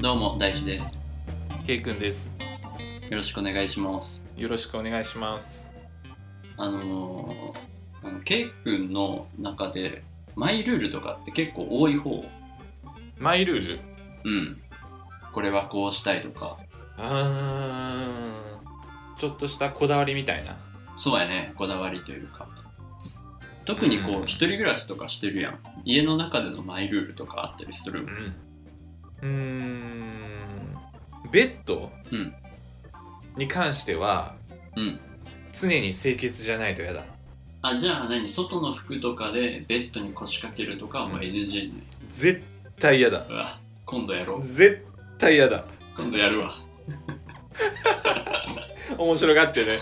どうも大志です。 ケイくんです。 よろしくお願いします。 よろしくお願いします。 ケイ君の中でマイルールとかって結構多い方？ マイルール。 うん。これはこうしたいとか。 ちょっとしたこだわりみたいな。 そうやね。こだわりというか。特にこう一人暮らしとかしてるやん。家の中でのマイルールとかあったりする？ ベッド、 うん、 に関しては、 うん。 常に清潔じゃないと嫌だ。 あ、じゃあ外の服とかでベッドに腰掛けるとかはもう NG ね。 絶対嫌だ。 うわ、今度やろう。 絶対嫌だ。 今度やるわ。 面白がってね。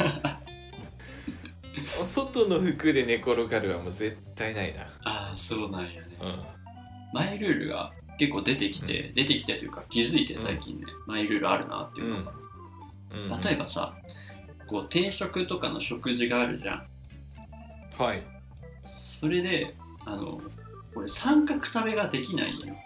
外の服で寝転がるはもう絶対ないな。 ああ、そうなんやね。 うん。 マイルールが結構出てきてというか気づいて最近ね、マイルールあるなっていうのが、例えばさ、こう定食とかの食事があるじゃん。 はい。 それでこれ三角食べができないよ。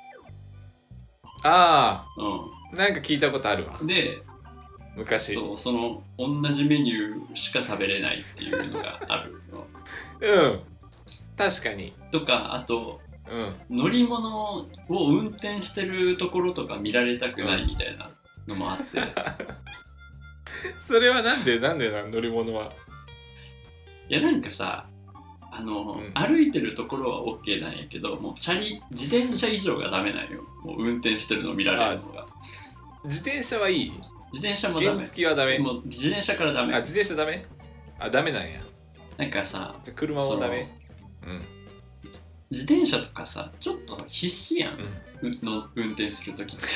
あうあ、なんか聞いたことあるわ。 ん。で、 昔。 その同じメニューしか食べれないっていうのがあるの。 うん。確かに。 とか、あとうん。 乗り物を運転してるところとか見られたくないみたいなのもあって、 それはなんで乗り物は。 いやなんかさ、歩いてるところは OK なんやけど、もう自転車以上がダメなんよ。もう運転してるの見られるのが。 自転車はいい？ 自転車もダメ。 原付はダメ？ もう自転車からダメ。 自転車ダメ？ダメなんや。 なんかさ、 じゃ車もダメ？ 自転車とかさ、ちょっと必死やん。運転するときって。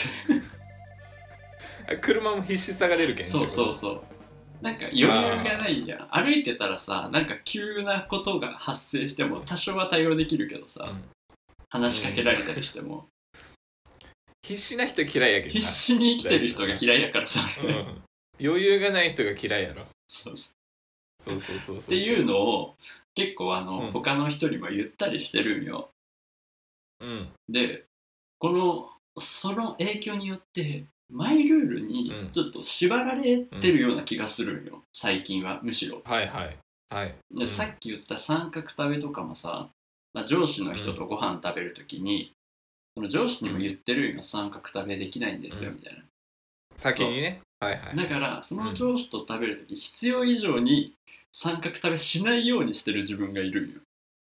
車も必死さが出るけん。 そうそうそう。なんか余裕がないじゃん。歩いてたらさ、なんか急なことが発生しても多少は対応できるけどさ、話しかけられたりしても、 必死な人嫌いやけどな。 必死に生きてる人が嫌いやからさ、 余裕がない人が嫌いやろ。 そうそうっていうのを結構他の人にも言ったりしてるんよ。で、その影響によってマイルールにちょっと縛られてるような気がするんよ、最近は。むしろで、さっき言った三角食べとかもさ、上司の人とご飯食べるときに、その上司にも言ってるんよ、三角食べできないんですよみたいな。 先にね。 だからその上司と食べるとき、必要以上に三角食べしないようにしてる自分がいるんよ。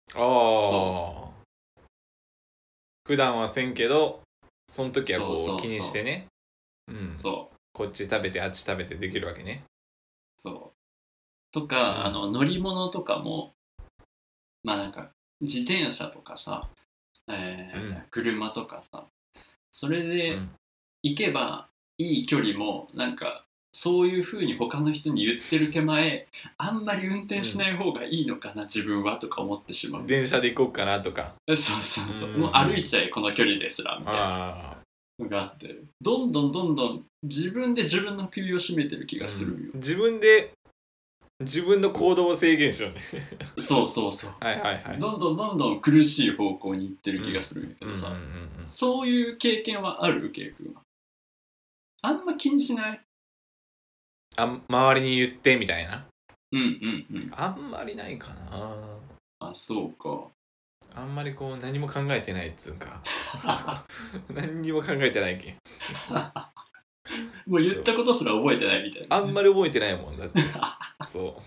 普段はせんけど、その時はそう気にしてね。こっち食べてあっち食べてできるわけね。 とか、乗り物とかも、なんか自転車とかさ、車とかさ、それで行けばいい距離もなんかそういう風に他の人に言ってる手前、あんまり運転しない方がいいのかな、自分はとか思ってしまう。 電車で行こうかなとか。 そう、もう歩いちゃえこの距離ですらみたいなのがあって、どんどん自分で自分の首を絞めてる気がするよ。 自分で自分の行動を制限しようね。 そう。どんどん苦しい方向に行ってる気がするんだけどさ、そういう経験はある？ケイ君は。あんま気にしない？ 周りに言ってみたいな。 あんまりないかな。 そうか。 あんまり何も考えてないっつうか。何にも考えてないけん。 もう言ったことすら覚えてないみたいな。 あんまり覚えてないもんだって。そう。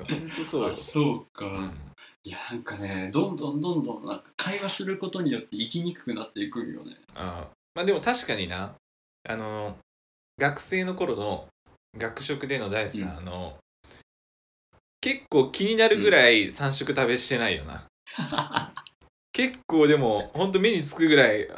ほんとそうよ。 そうか。いやなんかね、どんどんなんか会話することによって生きにくくなっていくんよね。 でも確かにな、学生の頃の学食での大地さん、結構気になるぐらい3食食べしてないよな。結構でもほんと目につくぐらい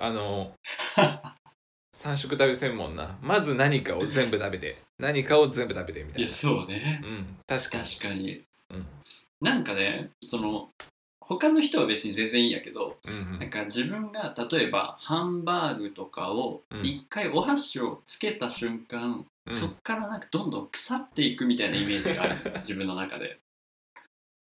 3食食べせんもんな。まず何かを全部食べて何かを全部食べてみたいな。 いやそうね。 確かに。 なんかね、他の人は別に全然いいんやけど、なんか自分が例えばハンバーグとかを一回お箸をつけた瞬間、そっからなんかどんどん腐っていくみたいなイメージがある自分の中で。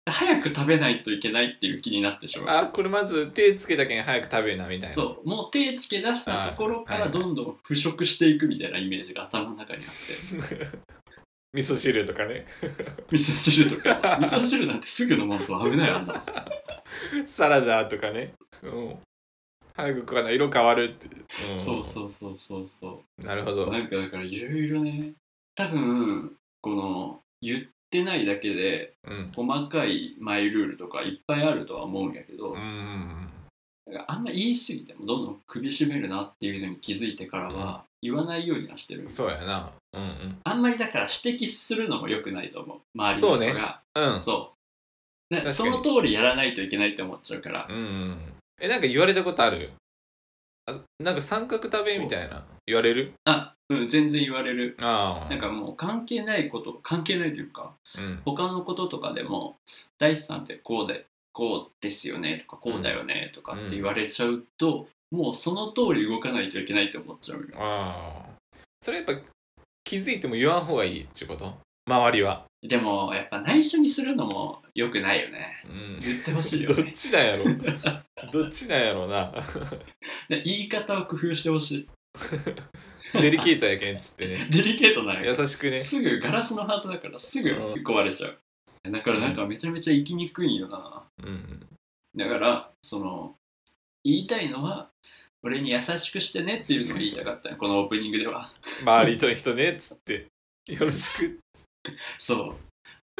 早く食べないといけないっていう気になってしまう。 あ、これまず手つけたけん早く食べるなみたいな。 そう、もう手つけ出したところからどんどん腐食していくみたいなイメージが頭の中にあって。 味噌汁とかね。 味噌汁とか。味噌汁なんてすぐ飲まんと危ないあんな。 サラダとかね。早く食わない色変わるって。 そうそうそうそうそう。 なるほど。 なんかだからいろいろね、多分この言ってないだけで、細かいマイルールとかいっぱいあるとは思うんやけど、だからあんま言い過ぎてもどんどん首絞めるなっていうのに気づいてからは言わないようにはしてる。 そうやな。 あんまりだから指摘するのも良くないと思う。周りの人が。そうね。その通りやらないといけないって思っちゃうから。 なんか言われたことある？なんか三角食べみたいな言われる？ 全然言われる。なんかもう関係ないというか、他のこととかでも大地さんってこうですよねとかこうだよねとかって言われちゃうと、もうその通り動かないといけないって思っちゃうよ。 それやっぱ気づいても言わん方がいいってこと？周りは。 でもやっぱ内緒にするのも良くないよね。言ってほしいよね。 どっちなんやろどっちなんやろうな。 言い方を工夫してほしい。 デリケートやけんっつってね。 デリケートなんや。 優しくね。 すぐガラスのハートだからすぐ壊れちゃう。だからなんかめちゃめちゃ生きにくいんよな。だから言いたいのは俺に優しくしてねっていうのを言いたかったよこのオープニングでは。 周りの人ねっつってよろしく。 そう。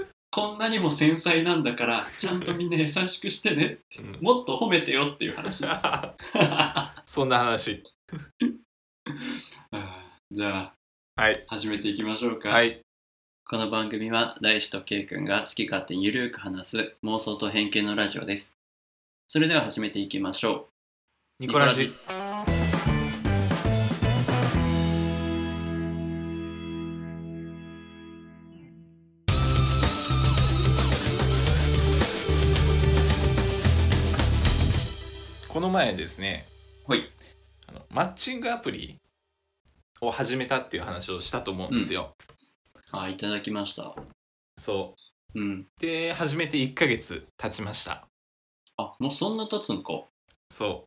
こんなにも繊細なんだからちゃんとみんな優しくしてね、もっと褒めてよっていう話。 そんな話。 じゃあ、始めていきましょうか。この番組は大志と圭くんが好き勝手にゆるく話す妄想と偏見のラジオです。それでは始めていきましょう。ニコラジ。この前ですね、マッチングアプリを始めたっていう話をしたと思うんですよ。 いただきました。 そう。で、始めて1ヶ月経ちました。 もうそんな経つんか。 そう。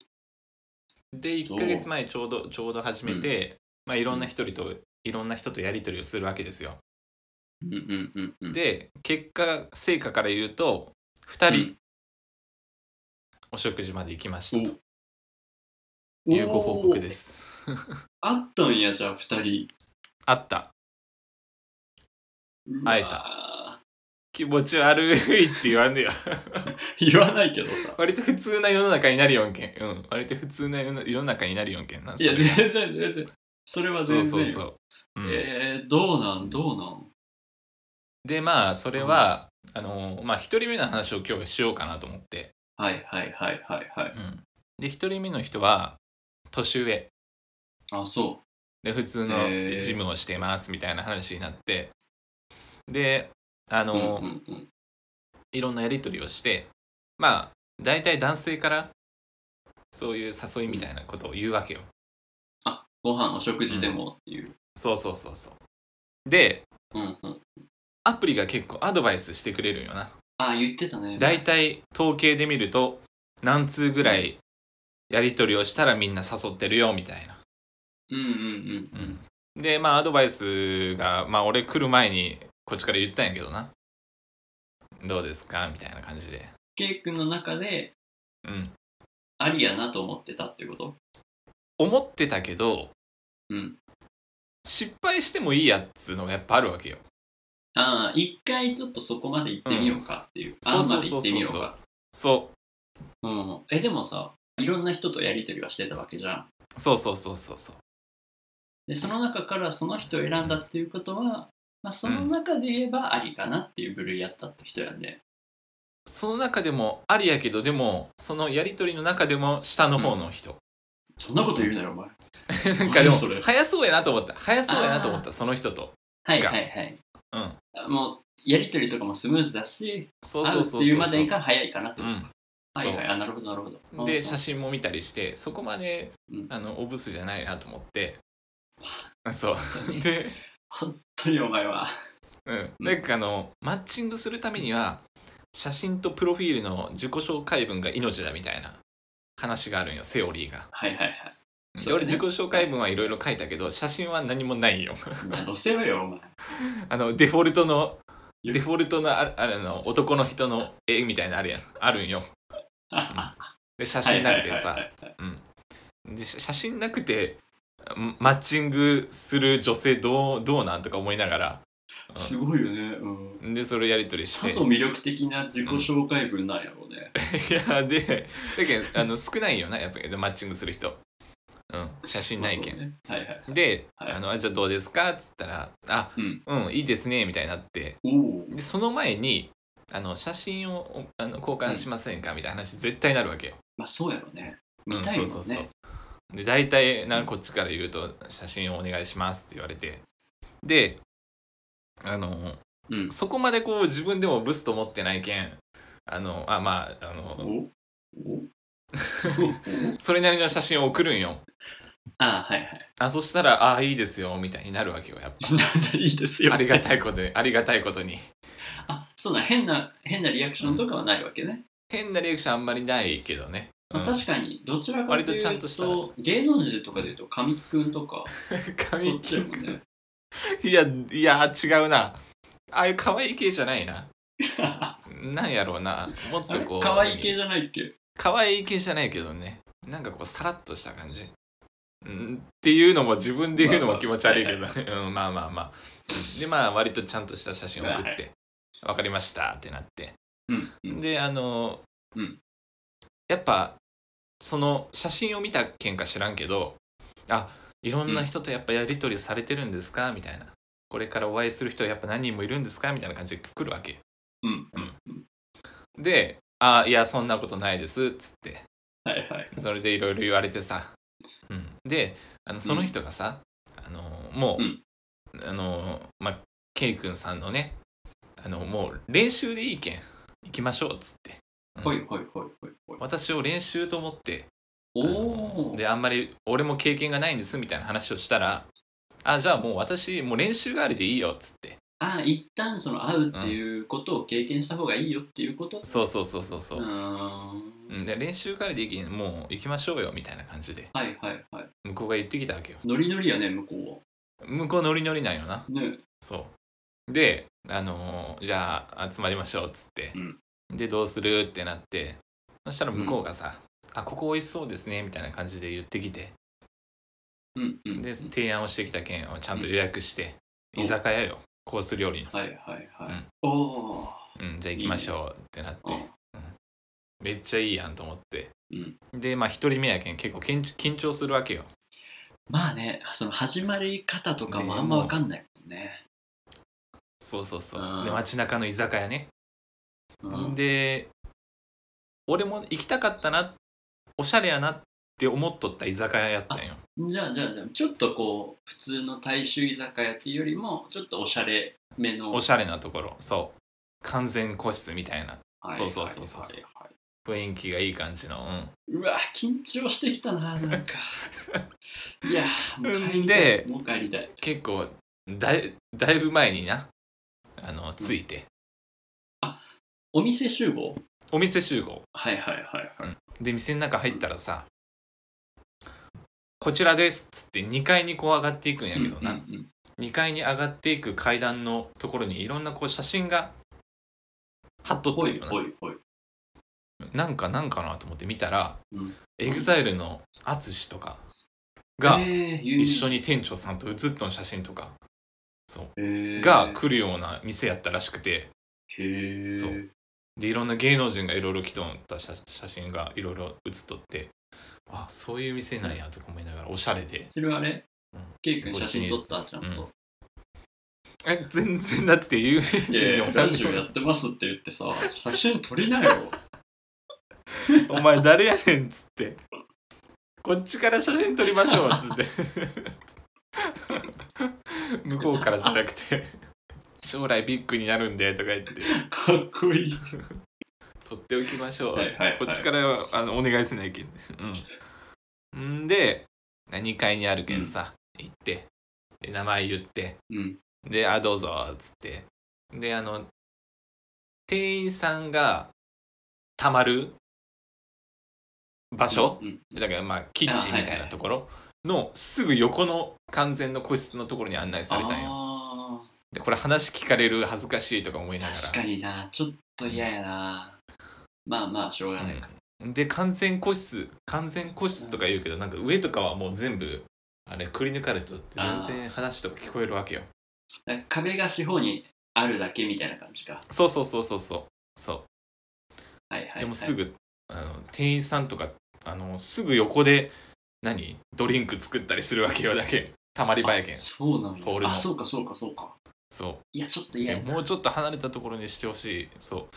で、1ヶ月前ちょうど始めて、いろんな人とやり取りをするわけですよ。で、成果から言うと、2人、お食事まで行きましたというご報告です。 あったんや。じゃあ2人あった。会えた。気持ち悪いって言わんねよ。 言わないけどさ、 割と普通な世の中になるよんけん。割と普通な世の中になるよんけんな。 いや全然それは全然よ。そうどうなんで、それは1人目の話を今日しようかなと思って。で、1人目の人は年上。 そうで、普通のジムをしてますみたいな話になって、でいろんなやり取りをして、大体男性からそういう誘いみたいなことを言うわけよ。 ご飯お食事でもっていう。 そうで、アプリが結構アドバイスしてくれるよな。 言ってたね。 大体統計で見ると何通ぐらいやり取りをしたらみんな誘ってるよみたいな。で、アドバイスが俺来る前にこっちから言ったんやけどな。どうですかみたいな感じで。 圭君の中でありやなと思ってたってこと？ 思ってたけど、失敗してもいいやっつうのがやっぱあるわけよ。 一回ちょっとそこまで行ってみようかっていう。まで行ってみようか。 そう。 でもさ、いろんな人とやり取りはしてたわけじゃん。 そう。 で、その中からその人を選んだっていうことは、その中で言えばありかなっていう部類やったって人やんね。 その中でもありやけど、でもそのやり取りの中でも下の方の人。 そんなこと言うなよお前。 なんかでも早そうやなと思った。その人と。 もうやり取りとかもスムーズだし、会うっていうまでが早いかなってこと。なるほど。 で、写真も見たりして、そこまでおブスじゃないなと思って。で、 本当にお前は。 なんかマッチングするためには写真とプロフィールの自己紹介文が命だみたいな話があるんよ、セオリーが。 はいはいはい。 で俺自己紹介文はいろいろ書いたけど、写真は何もないよ。 載せろよお前。 デフォルトのあれの男の人の絵みたいなのあるんよ。で写真なくてさ、で写真なくてマッチングする女性どうなんとか思いながら、 すごいよね。 でそれやり取りして、 さぞ魅力的な自己紹介文なんやろうね。 いやでだけど少ないよな、やっぱりマッチングする人。写真ないけん。で、じゃあどうですかっつったら、いいですねみたいになって、でその前に写真を交換しませんかみたいな話絶対なるわけよ。 まあそうやろね。見たいもんね。そうで大体こっちから言うと写真をお願いしますって言われて、でそこまでこう自分でもブスと思ってないけん、それなりの写真を送るんよ。そしたらいいですよみたいになるわけよ、やっぱ。 いいですよ。 ありがたいことに。 そうだ、変なリアクションとかはないわけね。 変なリアクションあんまりないけどね。 確かにどちらかというと芸能人とかでいうと神木くんとか神木くんね。いや違うな。ああいう可愛い系じゃないな。なんやろうな、もっとこう可愛い系じゃないっけ。 可愛い系じゃないけどね、なんかこうさらっとした感じ、っていうのも自分で言うのも気持ち悪いけどね。まあで割とちゃんとした写真を送って、分かりましたってなって、でやっぱその写真を見た件か知らんけど、いろんな人とやっぱやり取りされてるんですかみたいな、これからお会いする人はやっぱ何人もいるんですかみたいな感じで来るわけ。でいやそんなことないですっつって、それでいろいろ言われてさ、でその人がさ、もうケイ君さんのね、もう練習でいいけん行きましょうっつって、私を練習と思って、であんまり俺も経験がないんですみたいな話をしたら、じゃあもう私もう練習代わりでいいよっつって、 一旦その会うっていうことを経験した方がいいよっていうこと。 そう。で練習代わりでいいけんもう行きましょうよみたいな感じで、向こうが言ってきたわけよ。 ノリノリやね、向こうノリノリなんよな。 ね。 そうでじゃあ集まりましょうっつって、でどうするってなって、そしたら向こうがさ、ここ美味しそうですねみたいな感じで言ってきて、で提案をしてきた件をちゃんと予約して、居酒屋よ、コース料理の。じゃあ行きましょうってなって、めっちゃいいやんと思って、で一人目やけん結構緊張するわけよ。 まあね、その始まり方とかもあんま分かんないもんね。 そうで街中の居酒屋ね、で俺も行きたかったな、おしゃれやなって思っとった居酒屋やったんよ。 じゃあちょっとこう普通の大衆居酒屋っていうよりもちょっとおしゃれめの、 おしゃれなところ、そう完全個室みたいな、そう雰囲気がいい感じの、 うわ緊張してきたな、なんかいやもう帰りたい。 結構だいぶ前にな着いて、 お店集合。 で店の中入ったらさ、こちらですっつって2階にこう上がっていくんやけどな、2階に上がっていく階段のところにいろんなこう写真が貼っとってるよな。なんかなと思って見たら、EXILE のＡＴＳＵＳHIとかが一緒に店長さんと写っとの写真とかが来るような店やったらしくて、そうでいろんな芸能人がいろいろ来とった写真がいろいろ写っとって、そういう店なんやとか思いながら、おしゃれで。 それはね、ケイ君写真撮った？ちゃんと。 全然だって有名人でもラジオやってますって言ってさ、写真撮りなよお前誰やねんっつって、こっちから写真撮りましょうっつって向こうからじゃなくて将来ビッグになるんでとか言って、 かっこいい撮っておきましょうっつって、こっちからお願いせないけん。で2階にあるけんさ、行ってで名前言って、でどうぞっつって、で店員さんがたまる場所、だからまあキッチンみたいなところのすぐ横の完全の個室のところに案内されたんよ。でこれ話聞かれる恥ずかしいとか思いながら、 確かにな、ちょっと嫌やな。まあまあしょうがないか。 で完全個室とか言うけど、なんか上とかはもう全部あれくり抜かれとって全然話とか聞こえるわけよ。 壁が四方にあるだけみたいな感じか。 そう、 はいはい。 でもすぐ店員さんとかすぐ横でドリンク作ったりするわけよ。だけたまり場やけん。 そうなんだ。 ホールの。 そうか。 そう。 いやちょっと嫌やな。 もうちょっと離れたところにしてほしい。そう、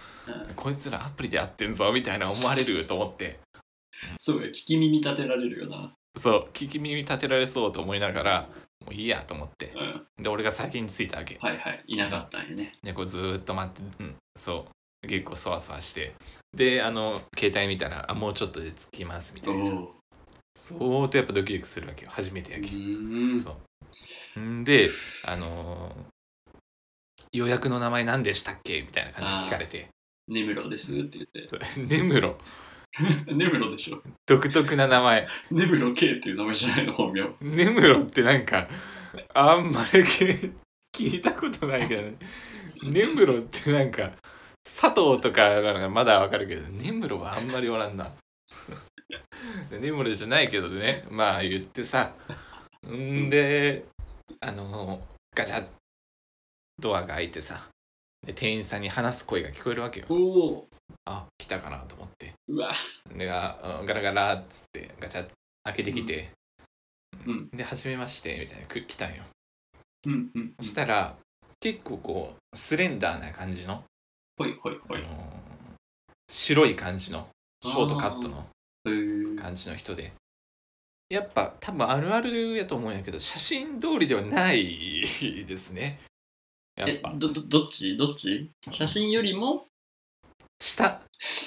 こいつらアプリでやってんぞみたいな思われると思って。 そうや、聞き耳立てられるよな。 そう、聞き耳立てられそうと思いながら、もういいやと思って、で俺が先に着いたわけ。 はいはい、いなかったんやね。 でこうずーっと待って、そう結構そわそわして、で携帯見たらもうちょっとで着きますみたいな。そうとやっぱドキドキするわけよ、初めてやけん。そうんで予約の名前何でしたっけみたいな感じで聞かれて、 根室ですって言って根室根室でしょ。 独特な名前。 根室圭っていう名前じゃないの、本名。 根室ってなんかあんまり聞いたことないけどね。根室ってなんか佐藤とかなのがまだわかるけど、根室はあんまりおらんな。根室じゃないけどね、まあ言ってさ、んでガチャッドアが開いてさ、で店員さんに話す声が聞こえるわけよ。あ、来たかなと思って、 うわでガラガラっつってガチャッ開けてきて、で初めましてみたいな来たんよ。そしたら結構こうスレンダーな感じの白い感じのショートカットの感じの人で、やっぱ多分あるあるやと思うんやけど、写真通りではないですね。やっぱどっち写真よりも下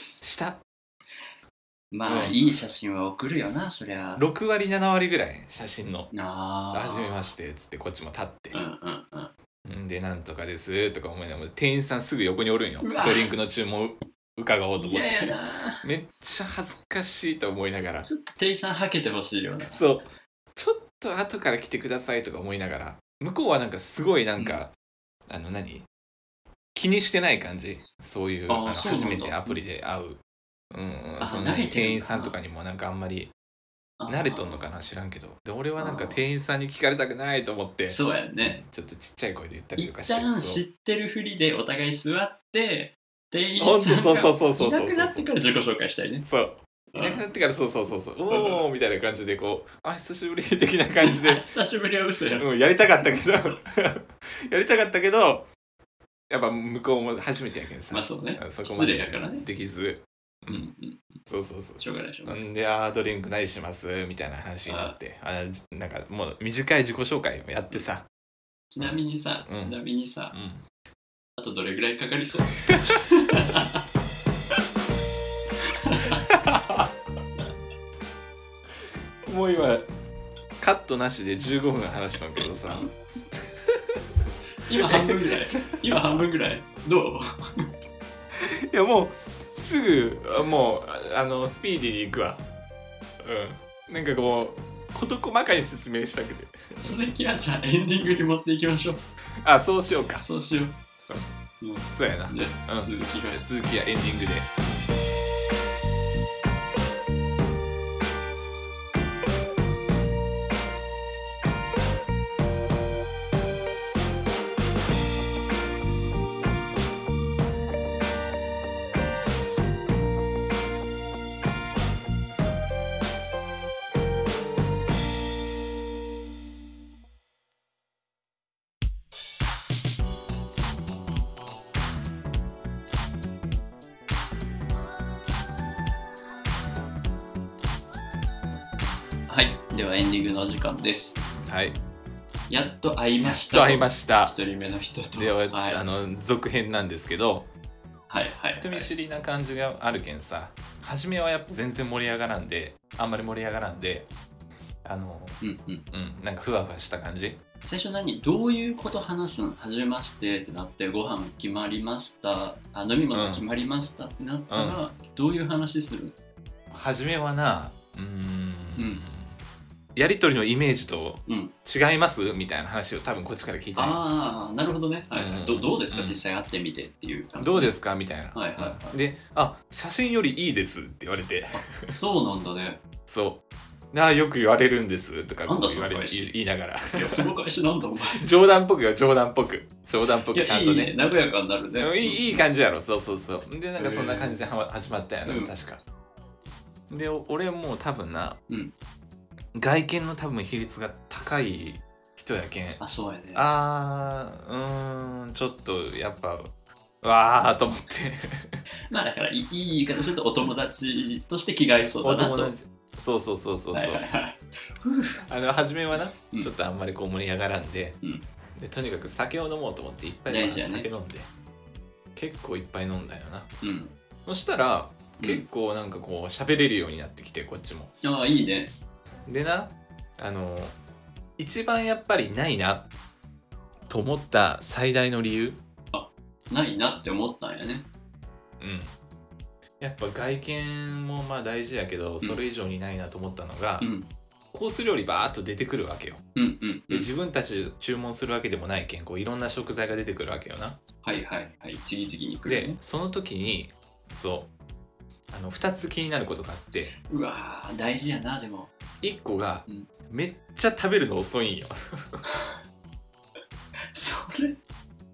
まあ、いい写真は送るよな、そりゃ。 6割7割ぐらい写真の初めましてっつってこっちも立って、でなんとかですとか思いながら、店員さんすぐ横におるんよ。ドリンクの注文伺おうと思って、めっちゃ恥ずかしいと思いながら、 ちょっと店員さんはけてほしいよな。 そう、ちょっと後から来てくださいとか思いながら、向こうはなんかすごいなんか、気にしてない感じ。そういう初めてアプリで会う、その店員さんとかにもなんかあんまり慣れとんのかな知らんけど、で俺はなんか店員さんに聞かれたくないと思って、 そうやね、 ちょっとちっちゃい声で言ったりとかして、 一旦知ってるふりでお互い座って、店員さんがいなくなってから自己紹介したいね。 そういなくなってからそうおーみたいな感じでこう、あ久しぶり的な感じで久しぶりは嘘や、 やりたかったけどやっぱ向こうも初めてやけんさ、 まあそうね、 そこまで失礼やからね、 できず、そうしょうがないんでドリンク何しますみたいな話になって、なんかもう短い自己紹介をやってさ、 ちなみにさ、あとどれぐらいかかりそうもう今カットなしで15分話したんけどさ今半分ぐらいどういやもうすぐもうスピーディーに行くわ。なんかこう事細かに説明したくて、 続きはじゃあエンディングに持っていきましょう。 そうしようか。 そうしよう。 そうやな。続きはエンディングで。 はい、ではエンディングのお時間です。 はい。 やっと会いました。一人目の人と。 で、続編なんですけど、 人見知りな感じがあるけんさ、初めはやっぱ全然盛り上がらんで、なんかふわふわした感じ。 最初どういうこと話すん？初めましてってなって、ご飯決まりました、飲み物決まりましたってなったら、どういう話する？ 初めはな、やり取りのイメージと違います、みたいな話を多分こっちから聞いた。 ああ、なるほどね。はい、どうですか、実際会ってみてっていう感じ。 どうですかみたいな。 はいはいはい。 で、写真よりいいですって言われて。 そうなんだね。 そう。よく言われるんとかなんだ言いながら。 いや、その返しなんだお前。 冗談っぽくよ、冗談っぽくちゃんとね。 和やかになるね。 いい感じやろ、そう。で、なんかそんな感じで始まったよね、確か。で、俺もう多分な、外見の多分比率が高い人やけん。 そうやね。 ちょっとやっぱ、わーと思って。 まあだからいい言い方するとお友達として気が合いそうだなと。お友達。 そう。初めはな、ちょっとあんまりこう盛り上がらんで、でとにかく酒を飲もうと思っていっぱい酒飲んで、結構いっぱい飲んだよな。そしたら結構なんかこう喋れるようになってきて、こっちも。 いいね。 でな、一番やっぱりないなと思った最大の理由、 ないなって思ったんやね。 やっぱ外見もまあ大事やけど、それ以上にないなと思ったのが、コース料理バーっと出てくるわけよ。で自分たちで注文するわけでもないけん、こういろんな食材が出てくるわけよな。 次々に来る、 でその時に2つ気になることがあって。 うわー、大事やな。でも 1個が、めっちゃ食べるの遅いんよ。 それ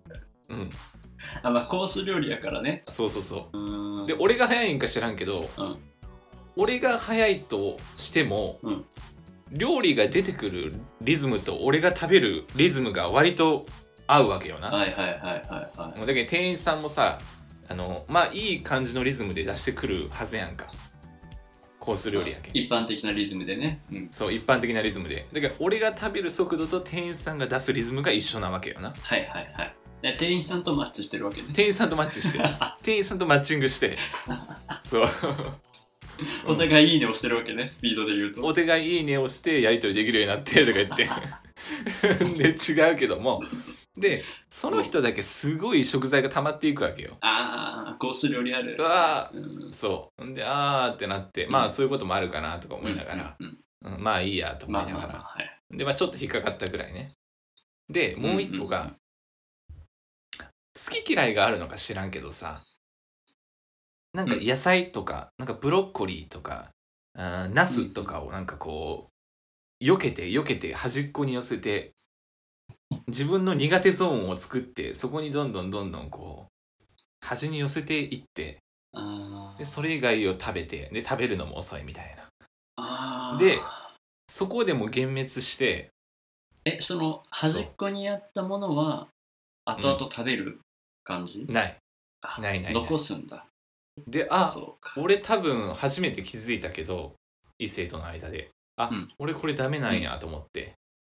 コース料理やからね。 そう。で俺が早いんか知らんけど、俺が早いとしても、料理が出てくるリズムと俺が食べるリズムが割と合うわけよな。だけど店員さんもさ、まあいい感じのリズムで出してくるはずやんか、コース料理やけん。 一般的なリズムでね。 そう、一般的なリズムで。だから俺が食べる速度と店員さんが出すリズムが一緒なわけよな。 店員さんとマッチしてるわけね。 店員さんとマッチして店員さんとマッチングしてそうお互いいいねをしてるわけね、スピードで言うと。 お互いいいねをしてやり取りできるようになってとか言ってで違うけども、でその人だけすごい食材が溜まっていくわけよ。 コース料理ある。 そうでってなって、まあそういうこともあるかなとか思いながら、まあいいやと思いながら、でまあちょっと引っかかったぐらいね。でもう一個が、好き嫌いがあるのか知らんけどさ、なんか野菜とか、なんかブロッコリーとか、ナスとかをなんかこう避けて端っこに寄せて、自分の苦手ゾーンを作って、そこにどんどんこう端に寄せていって、でそれ以外を食べて、で食べるのも遅いみたいな。でそこでも幻滅して。 その端っこにあったものは後々食べる感じ？ない。残すんだ。 で俺多分初めて気づいたけど、異性との間で俺これダメなんやと思って。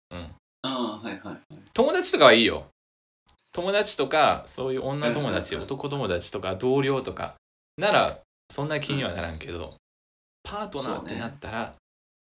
友達とかはいいよ。友達とかそういう女友達、男友達とか同僚とかならそんな気にはならんけど、パートナーってなったら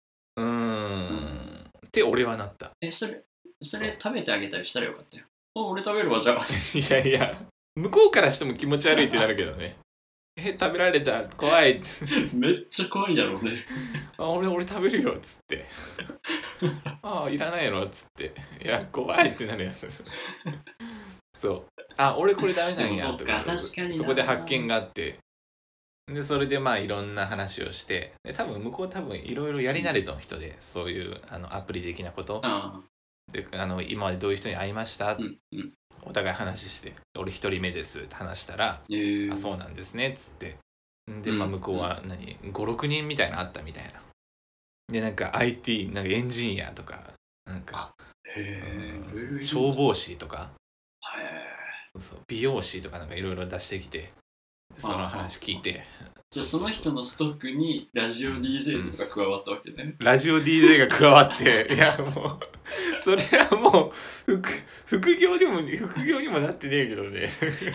って俺はなった。 それ食べてあげたりしたらよかったよ。俺食べるわ、じゃあ。 いや向こうからしても気持ち悪いってなるけどね。食べられた怖いめっちゃ怖いだろうね。 俺食べるよっつっていらないのっつって、いや怖いってなるやつそう俺これダメなんやとか、そこで発見があって、でそれでまあいろんな話をして、で多分向こういろいろやり慣れた人で、そういうアプリ的なことで、今までどういう人に会いました、お互い話して、俺一人目ですって話したら、そうなんですねっつって、でまあ向こうは5、6人みたいなあったみたいな。でなんか IT なんかエンジニアとか、なんか消防士とか、美容師とかなんかいろいろ出してきて、その話聞いて、 じゃあその人のストックにラジオ DJ とか加わったわけね。 ラジオ DJ が加わって、いやもうそれはもう副業にもなってねえけどね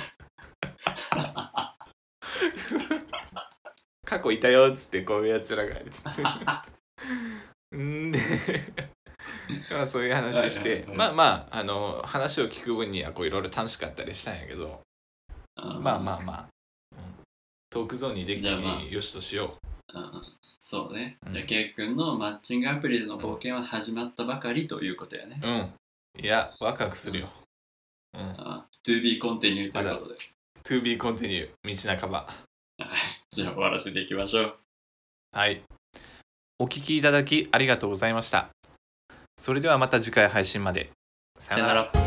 過去いたよっつって、こういうやつらがんでまあそういう話して、まあまあ話を聞く分にはこういろいろ楽しかったりしたんやけど、まあまあまあ、トークゾーンにできた時によしとしよう。そうね。じゃあ、ケイ君のマッチングアプリでの冒険は始まったばかりということやね。 いや、ワクワクするよ。 to be continue ということで。 to be continue 道半ば。 じゃあ終わらせていきましょう。 はい。お聞きいただきありがとうございました。それではまた次回配信まで。さよなら。